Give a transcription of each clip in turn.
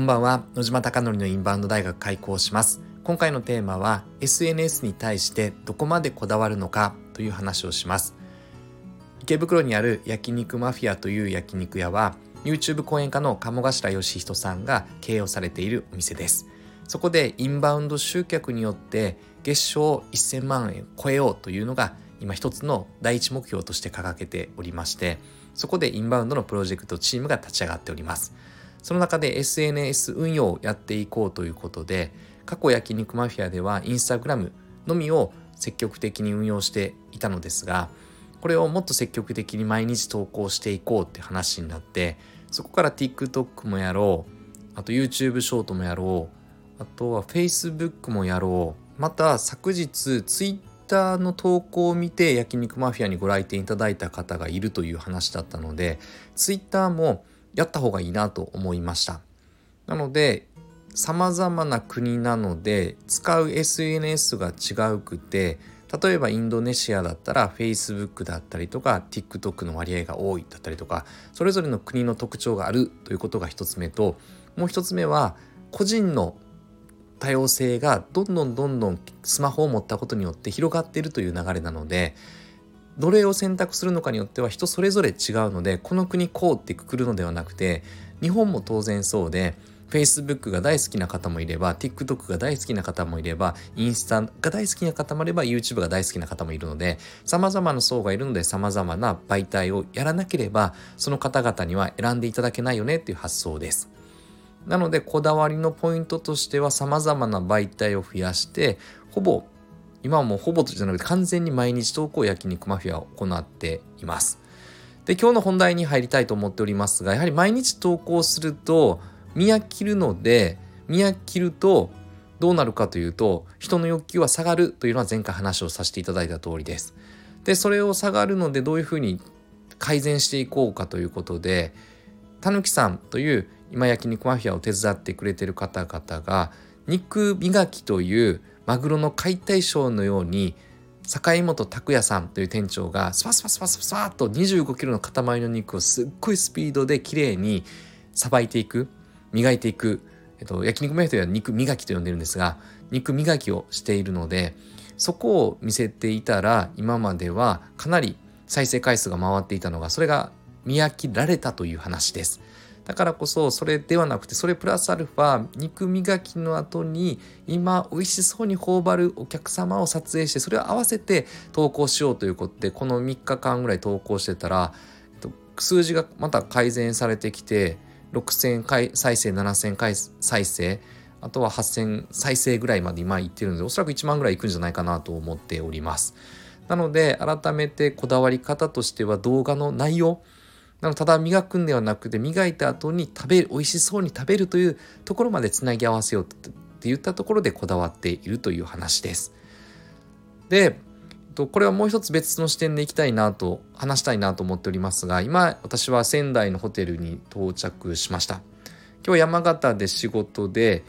こんばんは。野島貴則のインバウンド大学開講します。今回のテーマは SNS に対してどこまでこだわるのかという話をします。池袋にある焼肉マフィアという焼肉屋は YouTube 講演家の鴨頭義人さんが経営をされているお店です。そこでインバウンド集客によって月賞1000万円超えようというのが今一つの第一目標として掲げておりまして、そこでインバウンドのプロジェクトチームが立ち上がっております。その中で SNS 運用をやっていこうということで、過去焼肉マフィアではインスタグラムのみを積極的に運用していたのですが、これをもっと積極的に毎日投稿していこうって話になって、そこから TikTok もやろう、あと YouTube ショートもやろう、あとは Facebook もやろう、また昨日 Twitter の投稿を見て焼肉マフィアにご来店いただいた方がいるという話だったので、 Twitter もやった方がいいなと思いました。なので様々な国なので使う SNS が違うくて、例えばインドネシアだったら Facebook だったりとか TikTok の割合が多いだったりとか、それぞれの国の特徴があるということが一つ目と、もう一つ目は個人の多様性がどんどんスマホを持ったことによって広がっているという流れなので、どれを選択するのかによっては人それぞれ違うので、この国こうってくくるのではなくて、日本も当然そうで Facebook が大好きな方もいれば TikTok が大好きな方もいれば、インスタが大好きな方もいれば YouTube が大好きな方もいるので、様々な層がいるので様々な媒体をやらなければその方々には選んでいただけないよねっていう発想です。なのでこだわりのポイントとしては、様々な媒体を増やして、今はもうほぼじゃなくて完全に毎日投稿焼肉マフィアを行っています。で、今日の本題に入りたいと思っておりますが、やはり毎日投稿すると見飽きるので、見飽きるとどうなるかというと、人の欲求は下がるというのは前回話をさせていただいた通りです。で、それを下がるのでどういうふうに改善していこうかということで、たぬきさんという今焼肉マフィアを手伝ってくれている方々が、肉磨きというマグロの解体ショーのように、坂井本拓也さんという店長がスパスパスパスパッと25キロの塊の肉をすっごいスピードで綺麗にさばいていく、磨いていく、焼肉マフィアは肉磨きと呼んでるんですが、肉磨きをしているので、そこを見せていたら、今まではかなり再生回数が回っていたのが、それが見飽きられたという話です。だからこそ、それではなくて、それプラスアルファ肉磨きの後に今美味しそうに頬張るお客様を撮影して、それを合わせて投稿しようということで、この3日間ぐらい投稿してたら、数字がまた改善されてきて、6000回再生、7000回再生、あとは8000再生ぐらいまで今いってるので、おそらく1万ぐらいいくんじゃないかなと思っております。なので改めてこだわり方としては、動画の内容、ただ磨くんではなくて、磨いた後に美味しそうに食べるというところまでつなぎ合わせようっていったところでこだわっているという話です。で、これはもう一つ別の視点で話したいなと思っておりますが、今私は仙台のホテルに到着しました。今日山形で仕事で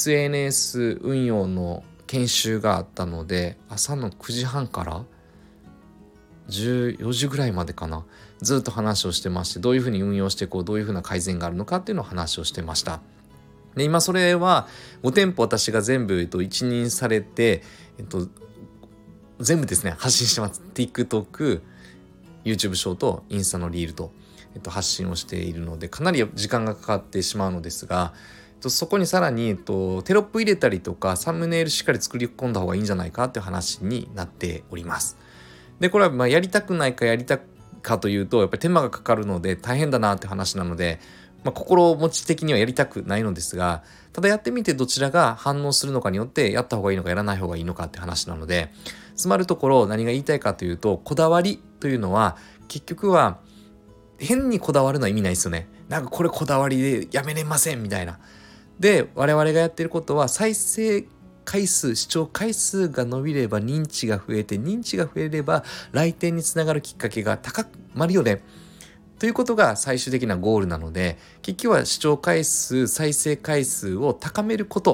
SNS 運用の研修があったので、朝の9時半から14時ぐらいまでかな、ずっと話をしてまして、どういうふうに運用してどういうふうな改善があるのかっていうのを話をしてました。で、今それは5店舗私が全部一任されて、全部ですね発信してます。 TikTok、 YouTube ショート、インスタのリールと、発信をしているので、かなり時間がかかってしまうのですが、そこにさらにテロップ入れたりとか、サムネイルしっかり作り込んだ方がいいんじゃないかっていう話になっております。で、これはやりたくないかやりたかというと、やっぱり手間がかかるので大変だなって話なので、心持ち的にはやりたくないのですが、ただやってみてどちらが反応するのかによってやった方がいいのかやらない方がいいのかって話なので、つまるところ何が言いたいかというと、こだわりというのは結局は変にこだわるのは意味ないですよね。なんかこれこだわりでやめれませんみたいな。で、我々がやってることは、再生回数、視聴回数が伸びれば認知が増えて、認知が増えれば来店につながるきっかけが高まるよねということが最終的なゴールなので、結局は視聴回数、再生回数を高めること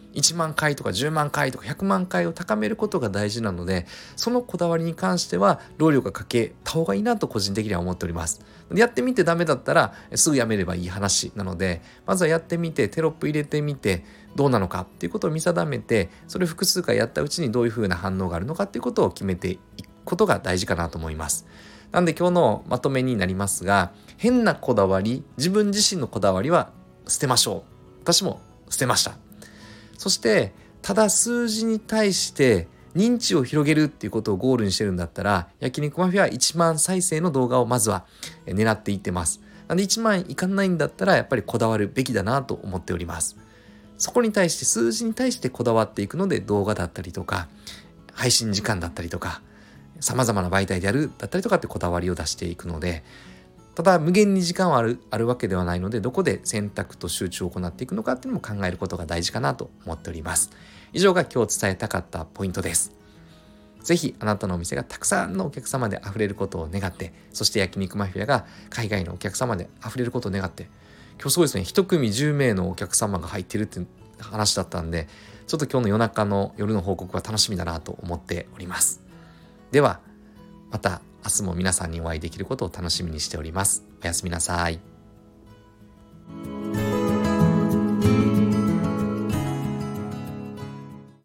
1万回とか10万回とか100万回を高めることが大事なので、そのこだわりに関しては労力がかけた方がいいなと個人的には思っております。やってみてダメだったらすぐやめればいい話なので、まずはやってみてテロップ入れてみてどうなのかっていうことを見定めて、それを複数回やったうちにどういう風な反応があるのかっていうことを決めていくことが大事かなと思います。なんで今日のまとめになりますが、変なこだわり、自分自身のこだわりは捨てましょう。私も捨てました。そしてただ数字に対して認知を広げるっていうことをゴールにしてるんだったら、焼肉マフィア1万再生の動画をまずは狙っていってます。なんで1万いかないんだったらやっぱりこだわるべきだなと思っております。そこに対して数字に対してこだわっていくので、動画だったりとか配信時間だったりとか様々な媒体でやるだったりとかってこだわりを出していくので、ただ無限に時間はあるわけではないので、どこで選択と集中を行っていくのかっていうのも考えることが大事かなと思っております。以上が今日伝えたかったポイントです。ぜひあなたのお店がたくさんのお客様で溢れることを願って、そして焼肉マフィアが海外のお客様で溢れることを願って、今日すごいですね、一組10名のお客様が入ってるって話だったんで、ちょっと今日の夜の報告は楽しみだなと思っております。ではまた明日も皆さんにお会いできることを楽しみにしております。おやすみなさい。